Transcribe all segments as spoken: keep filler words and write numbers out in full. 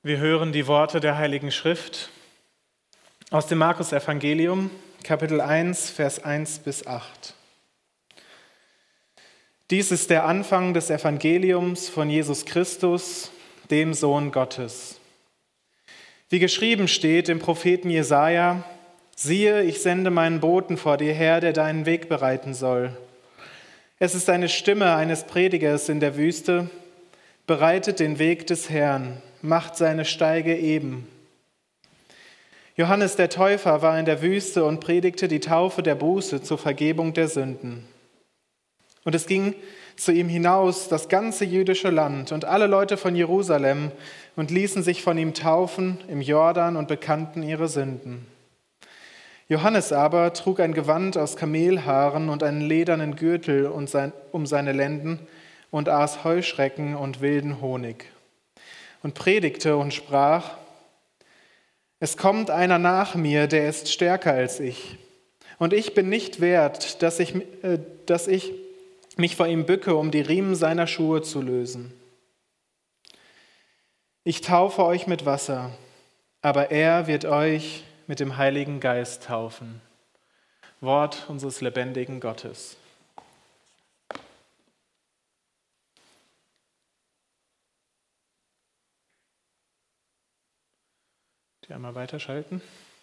Wir hören die Worte der Heiligen Schrift aus dem Markus-Evangelium, Kapitel eins, Vers eins bis acht. Dies ist der Anfang des Evangeliums von Jesus Christus, dem Sohn Gottes. Wie geschrieben steht im Propheten Jesaja: Siehe, ich sende meinen Boten vor dir her, der deinen Weg bereiten soll. Es ist eine Stimme eines Predigers in der Wüste: Bereitet den Weg des Herrn, macht seine Steige eben. Johannes der Täufer war in der Wüste und predigte die Taufe der Buße zur Vergebung der Sünden. Und es ging zu ihm hinaus das ganze jüdische Land und alle Leute von Jerusalem und ließen sich von ihm taufen im Jordan und bekannten ihre Sünden. Johannes aber trug ein Gewand aus Kamelhaaren und einen ledernen Gürtel um seine Lenden und aß Heuschrecken und wilden Honig und predigte und sprach: Es kommt einer nach mir, der ist stärker als ich, und ich bin nicht wert, dass ich, äh, dass ich mich vor ihm bücke, um die Riemen seiner Schuhe zu lösen. Ich taufe euch mit Wasser, aber er wird euch mit dem Heiligen Geist taufen. Wort unseres lebendigen Gottes. Die einmal weiterschalten.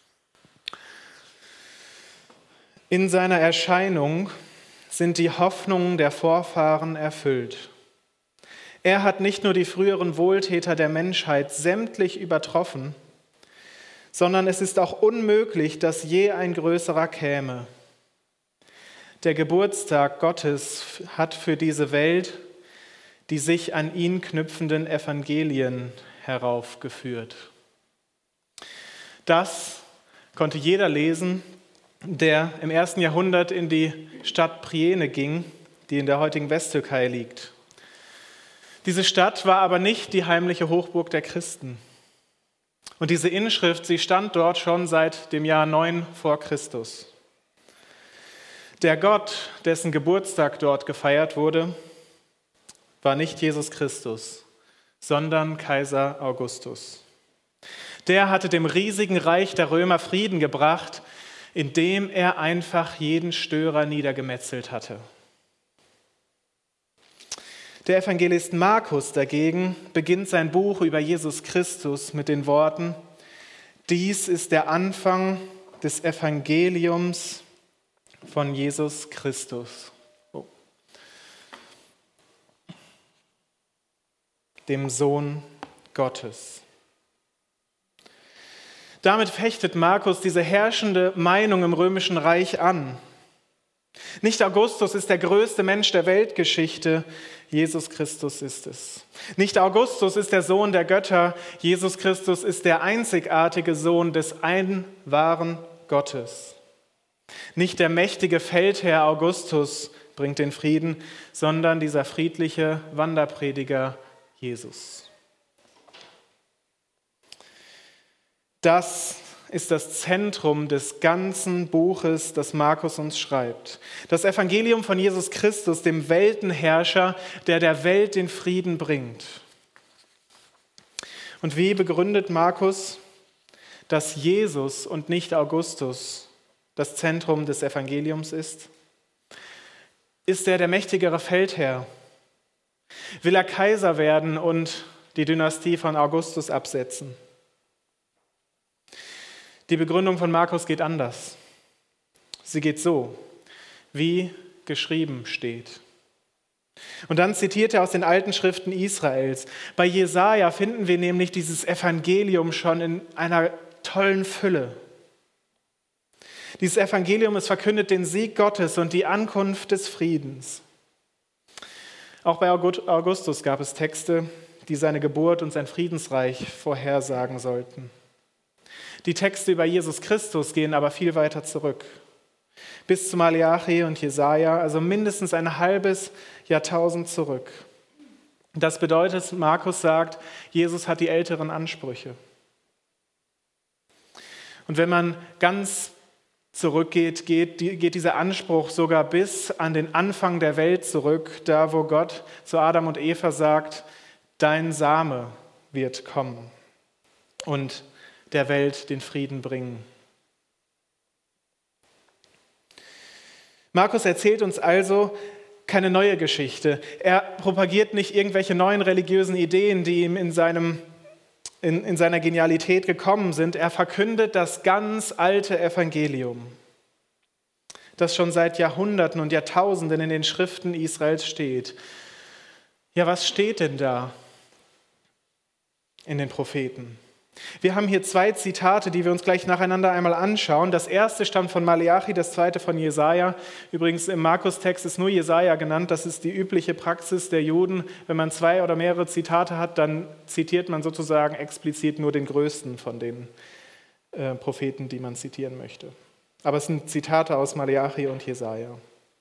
In seiner Erscheinung sind die Hoffnungen der Vorfahren erfüllt. Er hat nicht nur die früheren Wohltäter der Menschheit sämtlich übertroffen, sondern es ist auch unmöglich, dass je ein größerer käme. Der Geburtstag Gottes hat für diese Welt die sich an ihn knüpfenden Evangelien heraufgeführt. Das konnte jeder lesen, der im ersten Jahrhundert in die Stadt Priene ging, die in der heutigen Westtürkei liegt. Diese Stadt war aber nicht die heimliche Hochburg der Christen. Und diese Inschrift, sie stand dort schon seit dem Jahr neun vor Christus. Der Gott, dessen Geburtstag dort gefeiert wurde, war nicht Jesus Christus, sondern Kaiser Augustus. Der hatte dem riesigen Reich der Römer Frieden gebracht, indem er einfach jeden Störer niedergemetzelt hatte. Der Evangelist Markus dagegen beginnt sein Buch über Jesus Christus mit den Worten: Dies ist der Anfang des Evangeliums von Jesus Christus, oh. dem Sohn Gottes. Damit fechtet Markus diese herrschende Meinung im Römischen Reich an. Nicht Augustus ist der größte Mensch der Weltgeschichte, Jesus Christus ist es. Nicht Augustus ist der Sohn der Götter, Jesus Christus ist der einzigartige Sohn des einen wahren Gottes. Nicht der mächtige Feldherr Augustus bringt den Frieden, sondern dieser friedliche Wanderprediger Jesus. Das ist das Zentrum des ganzen Buches, das Markus uns schreibt. Das Evangelium von Jesus Christus, dem Weltenherrscher, der der Welt den Frieden bringt. Und wie begründet Markus, dass Jesus und nicht Augustus das Zentrum des Evangeliums ist? Ist er der mächtigere Feldherr? Will er Kaiser werden und die Dynastie von Augustus absetzen? Die Begründung von Markus geht anders. Sie geht so, wie geschrieben steht. Und dann zitiert er aus den alten Schriften Israels. Bei Jesaja finden wir nämlich dieses Evangelium schon in einer tollen Fülle. Dieses Evangelium, es verkündet den Sieg Gottes und die Ankunft des Friedens. Auch bei Augustus gab es Texte, die seine Geburt und sein Friedensreich vorhersagen sollten. Die Texte über Jesus Christus gehen aber viel weiter zurück. Bis zu Maleachi und Jesaja, also mindestens ein halbes Jahrtausend zurück. Das bedeutet, Markus sagt, Jesus hat die älteren Ansprüche. Und wenn man ganz zurückgeht, geht, geht dieser Anspruch sogar bis an den Anfang der Welt zurück, da wo Gott zu Adam und Eva sagt: Dein Same wird kommen. und der Welt den Frieden bringen. Markus erzählt uns also keine neue Geschichte. Er propagiert nicht irgendwelche neuen religiösen Ideen, die ihm in, seinem, in, in seiner Genialität gekommen sind. Er verkündet das ganz alte Evangelium, das schon seit Jahrhunderten und Jahrtausenden in den Schriften Israels steht. Ja, was steht denn da in den Propheten? Wir haben hier zwei Zitate, die wir uns gleich nacheinander einmal anschauen. Das erste stammt von Maleachi, das zweite von Jesaja. Übrigens im Markus-Text ist nur Jesaja genannt. Das ist die übliche Praxis der Juden. Wenn man zwei oder mehrere Zitate hat, dann zitiert man sozusagen explizit nur den größten von den äh, Propheten, die man zitieren möchte. Aber es sind Zitate aus Maleachi und Jesaja.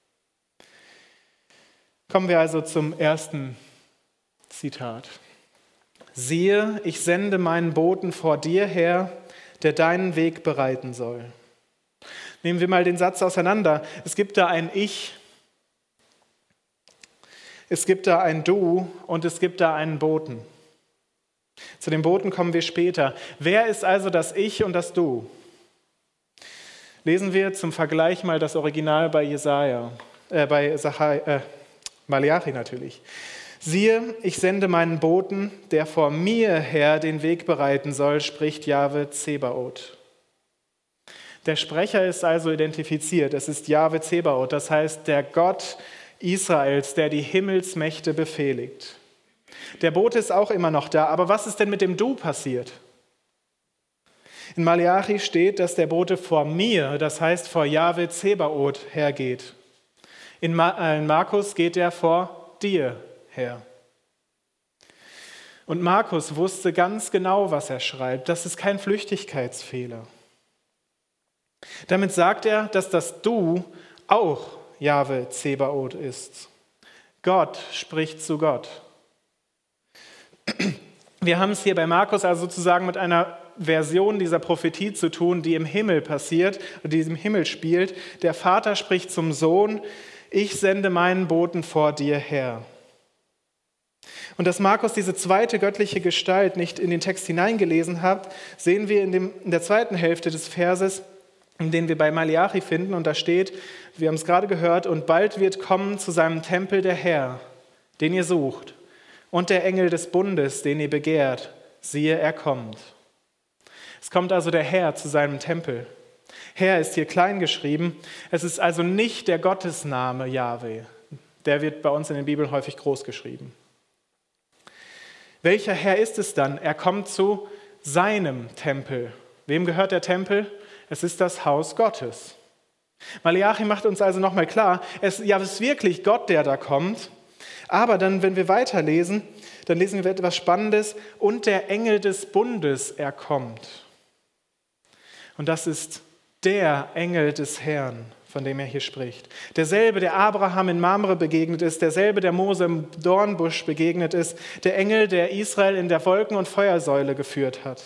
Kommen wir also zum ersten Zitat. Siehe, ich sende meinen Boten vor dir her, der deinen Weg bereiten soll. Nehmen wir mal den Satz auseinander. Es gibt da ein Ich, es gibt da ein Du und es gibt da einen Boten. Zu dem Boten kommen wir später. Wer ist also das Ich und das Du? Lesen wir zum Vergleich mal das Original bei Jesaja, äh, bei Zachai, äh, Maleachi natürlich. Siehe, ich sende meinen Boten, der vor mir her den Weg bereiten soll, spricht Jahwe Zebaoth. Der Sprecher ist also identifiziert. Es ist Jahwe Zebaoth, das heißt der Gott Israels, der die Himmelsmächte befehligt. Der Bote ist auch immer noch da, aber was ist denn mit dem Du passiert? In Maleachi steht, dass der Bote vor mir, das heißt vor Jahwe Zebaoth, hergeht. In Markus geht er vor dir her. Und Markus wusste ganz genau, was er schreibt. Das ist kein Flüchtigkeitsfehler. Damit sagt er, dass das Du auch Jahwe Zebaoth ist. Gott spricht zu Gott. Wir haben es hier bei Markus also sozusagen mit einer Version dieser Prophetie zu tun, die im Himmel passiert, die im Himmel spielt. Der Vater spricht zum Sohn: Ich sende meinen Boten vor dir her. Und dass Markus diese zweite göttliche Gestalt nicht in den Text hineingelesen hat, sehen wir in, dem, in der zweiten Hälfte des Verses, den wir bei Maleachi finden. Und da steht, wir haben es gerade gehört, und bald wird kommen zu seinem Tempel der Herr, den ihr sucht, und der Engel des Bundes, den ihr begehrt, siehe, er kommt. Es kommt also der Herr zu seinem Tempel. Herr ist hier klein geschrieben. Es ist also nicht der Gottesname Jahwe. Der wird bei uns in den Bibeln häufig groß geschrieben. Welcher Herr ist es dann? Er kommt zu seinem Tempel. Wem gehört der Tempel? Es ist das Haus Gottes. Maleachi macht uns also nochmal klar, es, ja, es ist wirklich Gott, der da kommt. Aber dann, wenn wir weiterlesen, dann lesen wir etwas Spannendes. Und der Engel des Bundes, er kommt. Und das ist der Engel des Herrn, von dem er hier spricht. Derselbe, der Abraham in Mamre begegnet ist, derselbe, der Mose im Dornbusch begegnet ist, der Engel, der Israel in der Wolken- und Feuersäule geführt hat.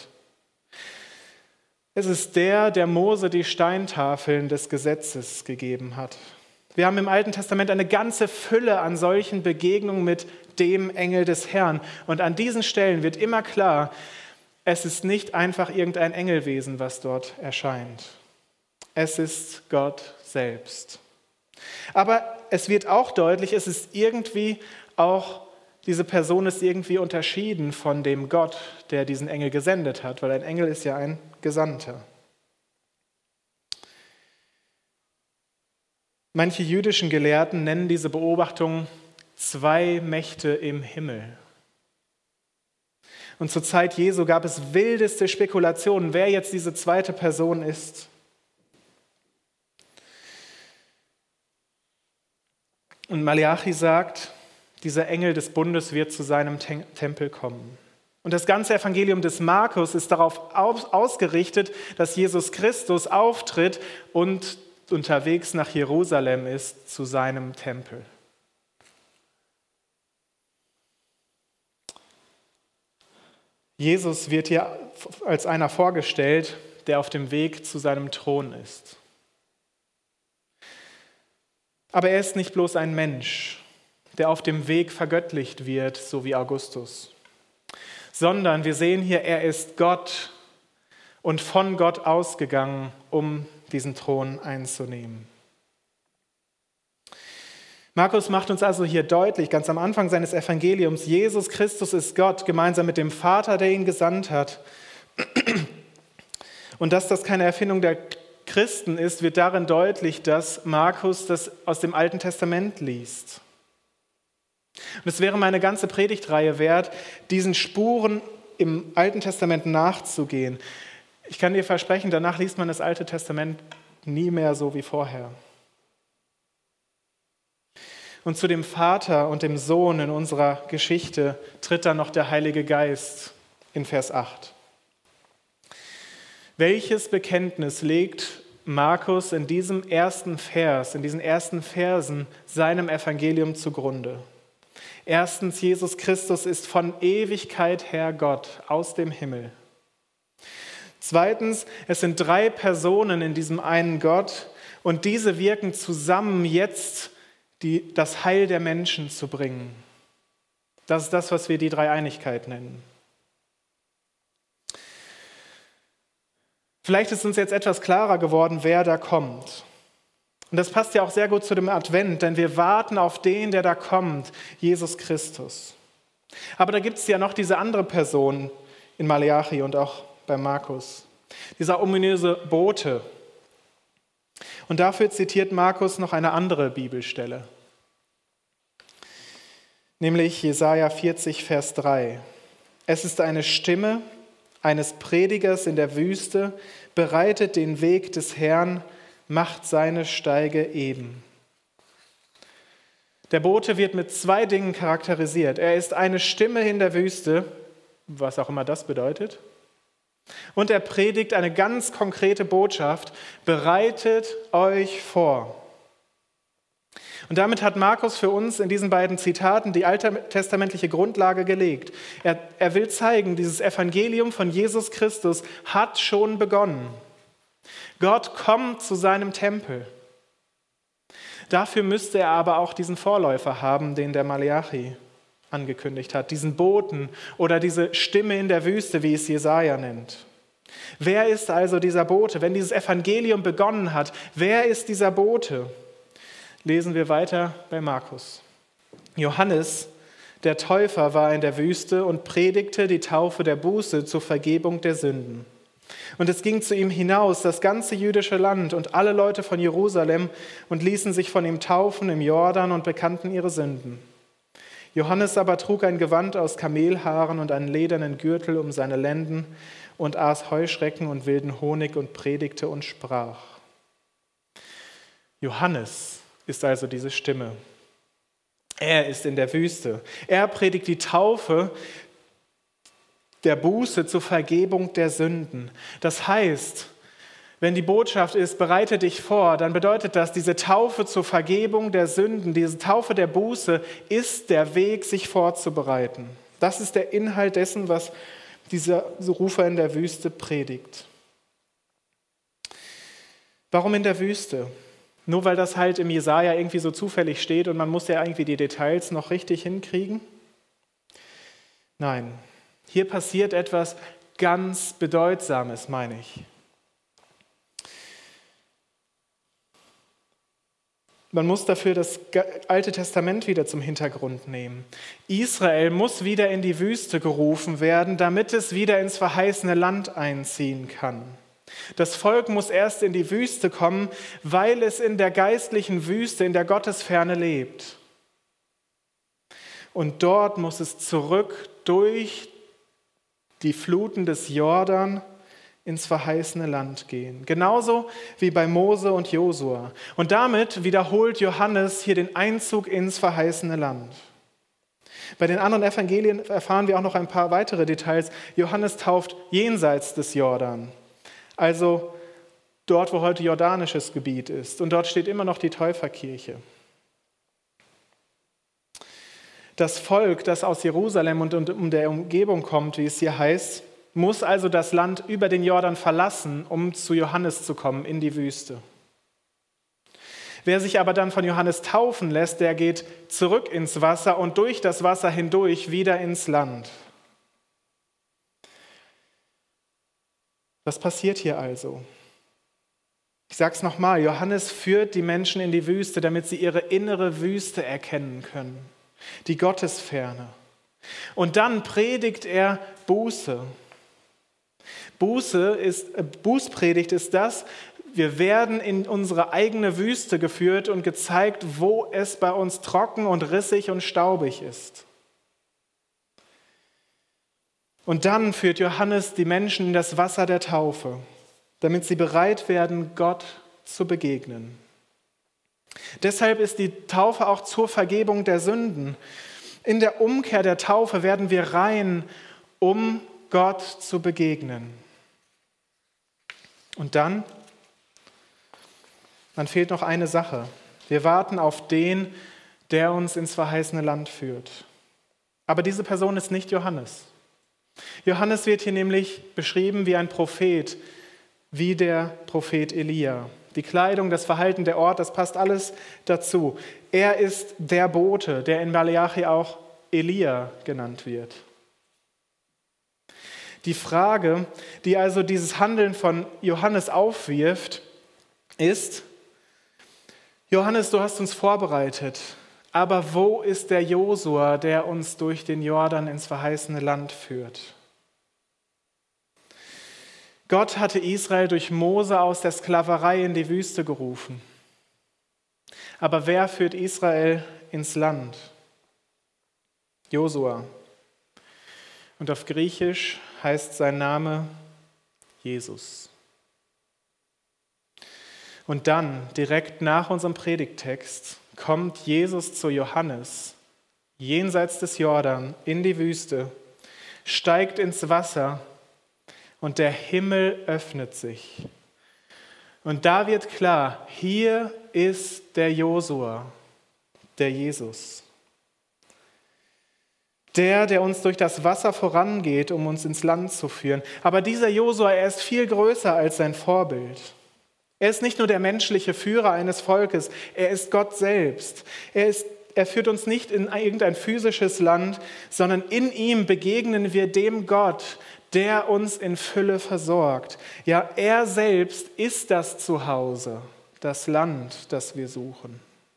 Es ist der, der Mose die Steintafeln des Gesetzes gegeben hat. Wir haben im Alten Testament eine ganze Fülle an solchen Begegnungen mit dem Engel des Herrn. Und an diesen Stellen wird immer klar, es ist nicht einfach irgendein Engelwesen, was dort erscheint. Es ist Gott selbst. Aber es wird auch deutlich, es ist irgendwie auch, diese Person ist irgendwie unterschieden von dem Gott, der diesen Engel gesendet hat, weil ein Engel ist ja ein Gesandter. Manche jüdischen Gelehrten nennen diese Beobachtung zwei Mächte im Himmel. Und zur Zeit Jesu gab es wildeste Spekulationen, wer jetzt diese zweite Person ist. Und Maleachi sagt, dieser Engel des Bundes wird zu seinem Tempel kommen. Und das ganze Evangelium des Markus ist darauf ausgerichtet, dass Jesus Christus auftritt und unterwegs nach Jerusalem ist, zu seinem Tempel. Jesus wird hier als einer vorgestellt, der auf dem Weg zu seinem Thron ist. Aber er ist nicht bloß ein Mensch, der auf dem Weg vergöttlicht wird, so wie Augustus, sondern wir sehen hier, er ist Gott und von Gott ausgegangen, um diesen Thron einzunehmen. Markus macht uns also hier deutlich, ganz am Anfang seines Evangeliums, Jesus Christus ist Gott, gemeinsam mit dem Vater, der ihn gesandt hat. Und dass das keine Erfindung der Christen ist, wird darin deutlich, dass Markus das aus dem Alten Testament liest. Und es wäre meine ganze Predigtreihe wert, diesen Spuren im Alten Testament nachzugehen. Ich kann dir versprechen, danach liest man das Alte Testament nie mehr so wie vorher. Und zu dem Vater und dem Sohn in unserer Geschichte tritt dann noch der Heilige Geist in Vers acht. Welches Bekenntnis legt Markus in diesem ersten Vers, in diesen ersten Versen seinem Evangelium zugrunde? Erstens, Jesus Christus ist von Ewigkeit her Gott aus dem Himmel. Zweitens, es sind drei Personen in diesem einen Gott und diese wirken zusammen jetzt, die, das Heil der Menschen zu bringen. Das ist das, was wir die Dreieinigkeit nennen. Vielleicht ist uns jetzt etwas klarer geworden, wer da kommt. Und das passt ja auch sehr gut zu dem Advent, denn wir warten auf den, der da kommt, Jesus Christus. Aber da gibt es ja noch diese andere Person in Maleachi und auch bei Markus, dieser ominöse Bote. Und dafür zitiert Markus noch eine andere Bibelstelle, nämlich Jesaja vierzig, Vers drei. Es ist eine Stimme eines Predigers in der Wüste, bereitet den Weg des Herrn, macht seine Steige eben. Der Bote wird mit zwei Dingen charakterisiert. Er ist eine Stimme in der Wüste, was auch immer das bedeutet. Und er predigt eine ganz konkrete Botschaft, bereitet euch vor. Und damit hat Markus für uns in diesen beiden Zitaten die alttestamentliche Grundlage gelegt. Er, er will zeigen, dieses Evangelium von Jesus Christus hat schon begonnen. Gott kommt zu seinem Tempel. Dafür müsste er aber auch diesen Vorläufer haben, den der Maleachi angekündigt hat, diesen Boten oder diese Stimme in der Wüste, wie es Jesaja nennt. Wer ist also dieser Bote? Wenn dieses Evangelium begonnen hat, wer ist dieser Bote? Lesen wir weiter bei Markus. Johannes, der Täufer, war in der Wüste und predigte die Taufe der Buße zur Vergebung der Sünden. Und es ging zu ihm hinaus, das ganze jüdische Land und alle Leute von Jerusalem und ließen sich von ihm taufen im Jordan und bekannten ihre Sünden. Johannes aber trug ein Gewand aus Kamelhaaren und einen ledernen Gürtel um seine Lenden und aß Heuschrecken und wilden Honig und predigte und sprach. Johannes ist also diese Stimme. Er ist in der Wüste. Er predigt die Taufe der Buße zur Vergebung der Sünden. Das heißt, wenn die Botschaft ist, bereite dich vor, dann bedeutet das, diese Taufe zur Vergebung der Sünden, diese Taufe der Buße ist der Weg, sich vorzubereiten. Das ist der Inhalt dessen, was dieser Rufer in der Wüste predigt. Warum in der Wüste? Nur weil das halt im Jesaja irgendwie so zufällig steht und man muss ja irgendwie die Details noch richtig hinkriegen? Nein, hier passiert etwas ganz Bedeutsames, meine ich. Man muss dafür das Alte Testament wieder zum Hintergrund nehmen. Israel muss wieder in die Wüste gerufen werden, damit es wieder ins verheißene Land einziehen kann. Das Volk muss erst in die Wüste kommen, weil es in der geistlichen Wüste, in der Gottesferne lebt. Und dort muss es zurück durch die Fluten des Jordan ins verheißene Land gehen. Genauso wie bei Mose und Josua. Und damit wiederholt Johannes hier den Einzug ins verheißene Land. Bei den anderen Evangelien erfahren wir auch noch ein paar weitere Details. Johannes tauft jenseits des Jordan, also dort, wo heute jordanisches Gebiet ist. Und dort steht immer noch die Täuferkirche. Das Volk, das aus Jerusalem und um der Umgebung kommt, wie es hier heißt, muss also das Land über den Jordan verlassen, um zu Johannes zu kommen, in die Wüste. Wer sich aber dann von Johannes taufen lässt, der geht zurück ins Wasser und durch das Wasser hindurch wieder ins Land. Was passiert hier also? Ich sage es nochmal, Johannes führt die Menschen in die Wüste, damit sie ihre innere Wüste erkennen können, die Gottesferne. Und dann predigt er Buße. Buße ist, äh, Bußpredigt ist das, wir werden in unsere eigene Wüste geführt und gezeigt, wo es bei uns trocken und rissig und staubig ist. Und dann führt Johannes die Menschen in das Wasser der Taufe, damit sie bereit werden, Gott zu begegnen. Deshalb ist die Taufe auch zur Vergebung der Sünden. In der Umkehr der Taufe werden wir rein, um Gott zu begegnen. Und dann, dann fehlt noch eine Sache. Wir warten auf den, der uns ins verheißene Land führt. Aber diese Person ist nicht Johannes. Johannes wird hier nämlich beschrieben wie ein Prophet, wie der Prophet Elia. Die Kleidung, das Verhalten, der Ort, das passt alles dazu. Er ist der Bote, der in Maleachi auch Elia genannt wird. Die Frage, die also dieses Handeln von Johannes aufwirft, ist: Johannes, du hast uns vorbereitet, aber wo ist der Josua, der uns durch den Jordan ins verheißene Land führt? Gott hatte Israel durch Mose aus der Sklaverei in die Wüste gerufen. Aber wer führt Israel ins Land? Josua. Und auf Griechisch heißt sein Name Jesus. Und dann, direkt nach unserem Predigttext, kommt Jesus zu Johannes, jenseits des Jordan, in die Wüste, steigt ins Wasser und der Himmel öffnet sich. Und da wird klar, hier ist der Josua, der Jesus. Der, der uns durch das Wasser vorangeht, um uns ins Land zu führen. Aber dieser Josua, er ist viel größer als sein Vorbild. Er ist nicht nur der menschliche Führer eines Volkes, er ist Gott selbst. Er, ist, er führt uns nicht in irgendein physisches Land, sondern in ihm begegnen wir dem Gott, der uns in Fülle versorgt. Ja, er selbst ist das Zuhause, das Land, das wir suchen.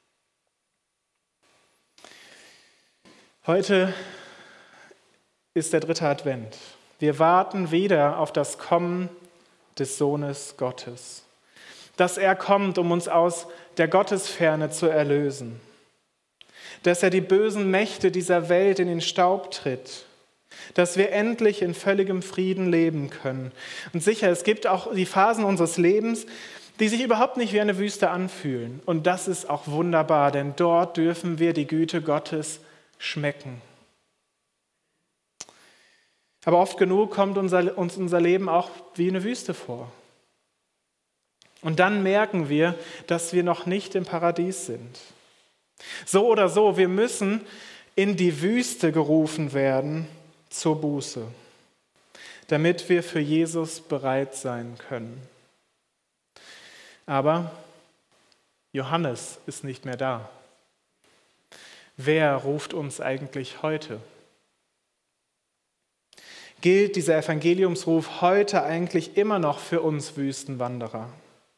Heute ist der dritte Advent. Wir warten wieder auf das Kommen des Sohnes Gottes. Dass er kommt, um uns aus der Gottesferne zu erlösen. Dass er die bösen Mächte dieser Welt in den Staub tritt. Dass wir endlich in völligem Frieden leben können. Und sicher, es gibt auch die Phasen unseres Lebens, die sich überhaupt nicht wie eine Wüste anfühlen. Und das ist auch wunderbar, denn dort dürfen wir die Güte Gottes schmecken. Aber oft genug kommt unser, uns unser Leben auch wie eine Wüste vor. Und dann merken wir, dass wir noch nicht im Paradies sind. So oder so, wir müssen in die Wüste gerufen werden zur Buße, damit wir für Jesus bereit sein können. Aber Johannes ist nicht mehr da. Wer ruft uns eigentlich heute? Gilt dieser Evangeliumsruf heute eigentlich immer noch für uns Wüstenwanderer?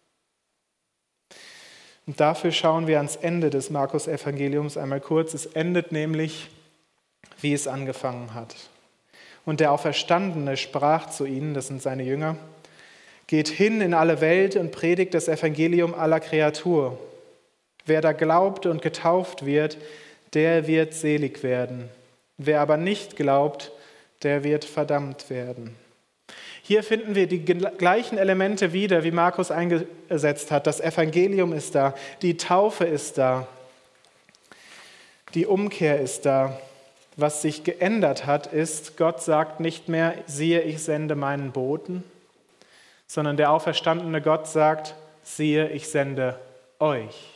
Und dafür schauen wir ans Ende des Markus-Evangeliums einmal kurz. Es endet nämlich, wie es angefangen hat. Und der Auferstandene sprach zu ihnen, das sind seine Jünger: Geht hin in alle Welt und predigt das Evangelium aller Kreatur. Wer da glaubt und getauft wird, der wird selig werden. Wer aber nicht glaubt, der wird verdammt werden. Hier finden wir die gleichen Elemente wieder, wie Markus eingesetzt hat. Das Evangelium ist da, die Taufe ist da, die Umkehr ist da. Was sich geändert hat, ist, Gott sagt nicht mehr, siehe, ich sende meinen Boten, sondern der auferstandene Gott sagt, siehe, ich sende euch.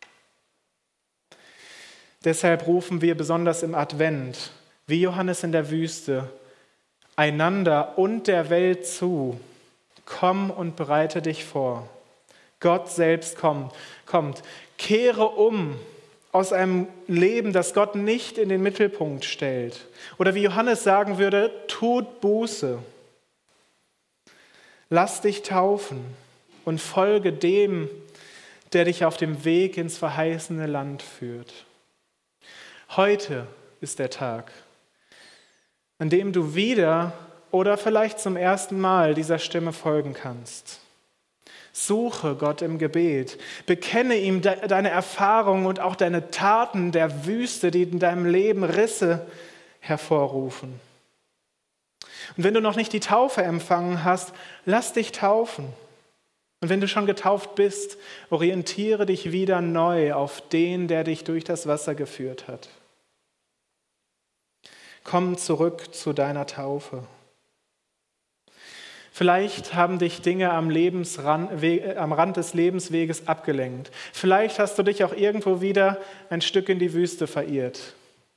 Deshalb rufen wir besonders im Advent, wie Johannes in der Wüste, einander und der Welt zu: Komm und bereite dich vor. Gott selbst kommt, kommt. Kehre um aus einem Leben, das Gott nicht in den Mittelpunkt stellt. Oder wie Johannes sagen würde, tut Buße. Lass dich taufen und folge dem, der dich auf dem Weg ins verheißene Land führt. Heute ist der Tag, an dem du wieder oder vielleicht zum ersten Mal dieser Stimme folgen kannst. Suche Gott im Gebet, bekenne ihm de- deine Erfahrungen und auch deine Taten der Wüste, die in deinem Leben Risse hervorrufen. Und wenn du noch nicht die Taufe empfangen hast, lass dich taufen. Und wenn du schon getauft bist, orientiere dich wieder neu auf den, der dich durch das Wasser geführt hat. Komm zurück zu deiner Taufe. Vielleicht haben dich Dinge am, Lebensrand, am Rand des Lebensweges abgelenkt. Vielleicht hast du dich auch irgendwo wieder ein Stück in die Wüste verirrt.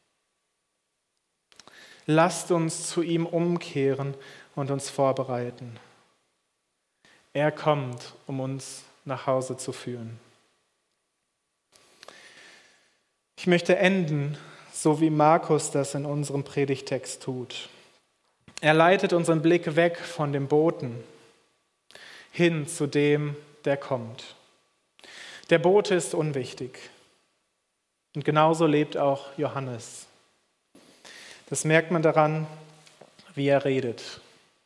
Lasst uns zu ihm umkehren und uns vorbereiten. Er kommt, um uns nach Hause zu führen. Ich möchte enden, so wie Markus das in unserem Predigtext tut. Er leitet unseren Blick weg von dem Boten hin zu dem, der kommt. Der Bote ist unwichtig. Und genauso lebt auch Johannes. Das merkt man daran, wie er redet.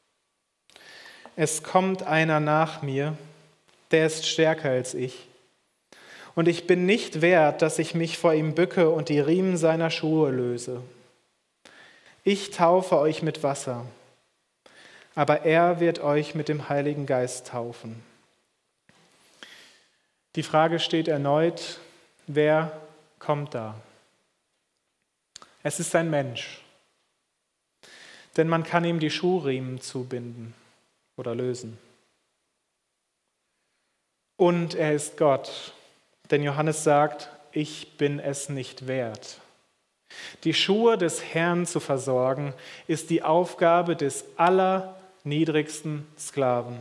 Es kommt einer nach mir, der ist stärker als ich. Und ich bin nicht wert, dass ich mich vor ihm bücke und die Riemen seiner Schuhe löse. Ich taufe euch mit Wasser, aber er wird euch mit dem Heiligen Geist taufen. Die Frage steht erneut, wer kommt da? Es ist ein Mensch, denn man kann ihm die Schuhriemen zubinden oder lösen. Und er ist Gott, denn Johannes sagt, ich bin es nicht wert. Die Schuhe des Herrn zu versorgen, ist die Aufgabe des allerniedrigsten Sklaven.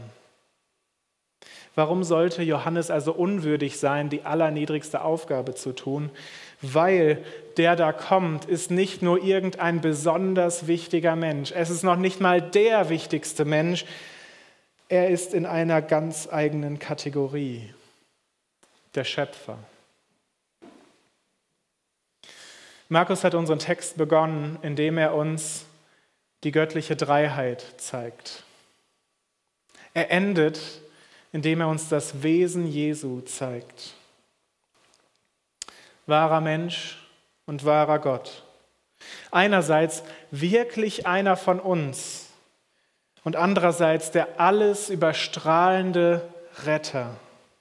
Warum sollte Johannes also unwürdig sein, die allerniedrigste Aufgabe zu tun? Weil der da kommt, ist nicht nur irgendein besonders wichtiger Mensch. Es ist noch nicht mal der wichtigste Mensch. Er ist in einer ganz eigenen Kategorie, der Schöpfer. Markus hat unseren Text begonnen, indem er uns die göttliche Dreiheit zeigt. Er endet, indem er uns das Wesen Jesu zeigt. Wahrer Mensch und wahrer Gott. Einerseits wirklich einer von uns und andererseits der alles überstrahlende Retter.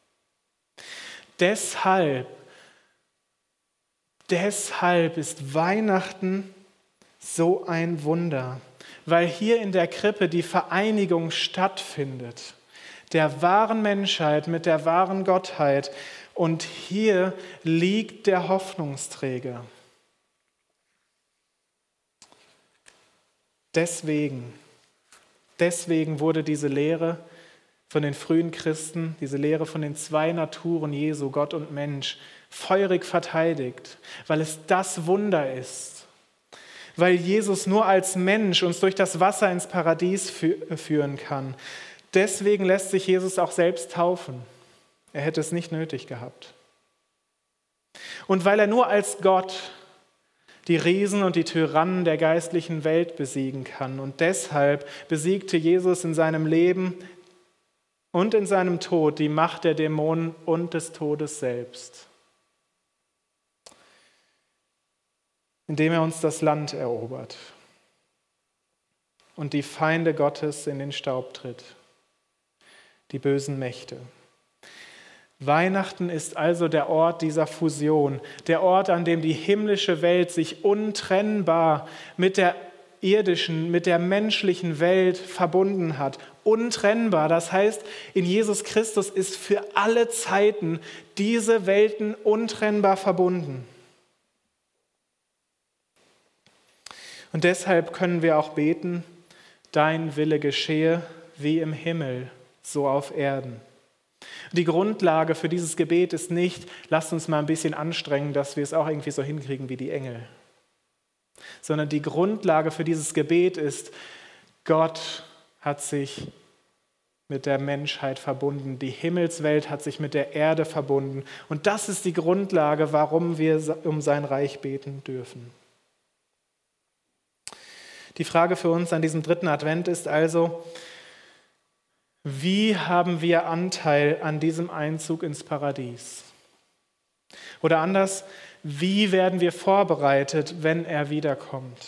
Deshalb Deshalb ist Weihnachten so ein Wunder, weil hier in der Krippe die Vereinigung stattfindet, der wahren Menschheit mit der wahren Gottheit. Und hier liegt der Hoffnungsträger. Deswegen, deswegen wurde diese Lehre von den frühen Christen, diese Lehre von den zwei Naturen Jesu, Gott und Mensch, feurig verteidigt, weil es das Wunder ist, weil Jesus nur als Mensch uns durch das Wasser ins Paradies fü- führen kann. Deswegen lässt sich Jesus auch selbst taufen. Er hätte es nicht nötig gehabt. Und weil er nur als Gott die Riesen und die Tyrannen der geistlichen Welt besiegen kann. Und deshalb besiegte Jesus in seinem Leben und in seinem Tod die Macht der Dämonen und des Todes selbst. Indem er uns das Land erobert und die Feinde Gottes in den Staub tritt, die bösen Mächte. Weihnachten ist also der Ort dieser Fusion, der Ort, an dem die himmlische Welt sich untrennbar mit der irdischen, mit der menschlichen Welt verbunden hat. Untrennbar, das heißt, in Jesus Christus ist für alle Zeiten diese Welten untrennbar verbunden. Und deshalb können wir auch beten, dein Wille geschehe wie im Himmel, so auf Erden. Die Grundlage für dieses Gebet ist nicht, lasst uns mal ein bisschen anstrengen, dass wir es auch irgendwie so hinkriegen wie die Engel. Sondern die Grundlage für dieses Gebet ist, Gott hat sich mit der Menschheit verbunden. Die Himmelswelt hat sich mit der Erde verbunden. Und das ist die Grundlage, warum wir um sein Reich beten dürfen. Die Frage für uns an diesem dritten Advent ist also, wie haben wir Anteil an diesem Einzug ins Paradies? Oder anders, wie werden wir vorbereitet, wenn er wiederkommt?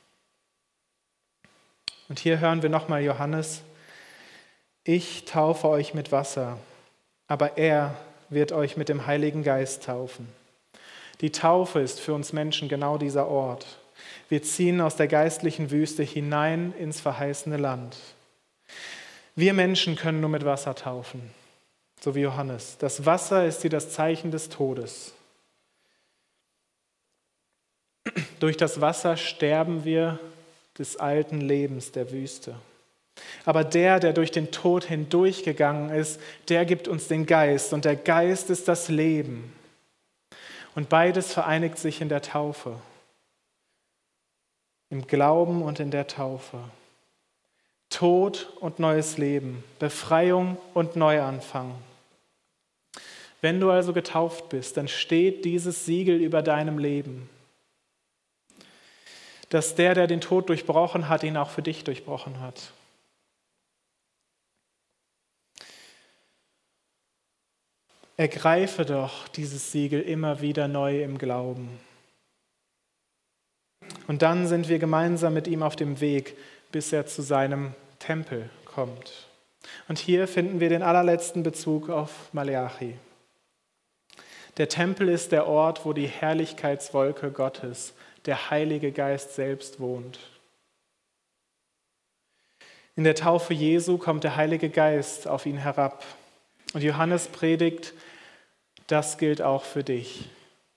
Und hier hören wir nochmal Johannes: Ich taufe euch mit Wasser, aber er wird euch mit dem Heiligen Geist taufen. Die Taufe ist für uns Menschen genau dieser Ort. Wir ziehen aus der geistlichen Wüste hinein ins verheißene Land. Wir Menschen können nur mit Wasser taufen, so wie Johannes. Das Wasser ist hier das Zeichen des Todes. Durch das Wasser sterben wir des alten Lebens der Wüste. Aber der, der durch den Tod hindurchgegangen ist, der gibt uns den Geist. Und der Geist ist das Leben. Und beides vereinigt sich in der Taufe. Im Glauben und in der Taufe. Tod und neues Leben. Befreiung und Neuanfang. Wenn du also getauft bist, dann steht dieses Siegel über deinem Leben. Dass der, der den Tod durchbrochen hat, ihn auch für dich durchbrochen hat. Ergreife doch dieses Siegel immer wieder neu im Glauben. Und dann sind wir gemeinsam mit ihm auf dem Weg, bis er zu seinem Tempel kommt. Und hier finden wir den allerletzten Bezug auf Maleachi. Der Tempel ist der Ort, wo die Herrlichkeitswolke Gottes, der Heilige Geist selbst wohnt. In der Taufe Jesu kommt der Heilige Geist auf ihn herab. Und Johannes predigt, das gilt auch für dich.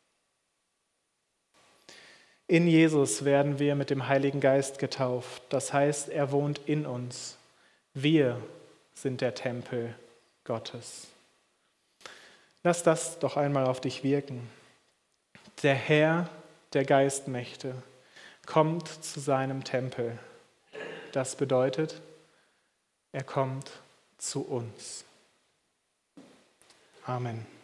In Jesus werden wir mit dem Heiligen Geist getauft. Das heißt, er wohnt in uns. Wir sind der Tempel Gottes. Lass das doch einmal auf dich wirken. Der Herr der Geistmächte kommt zu seinem Tempel. Das bedeutet, er kommt zu uns. Amen.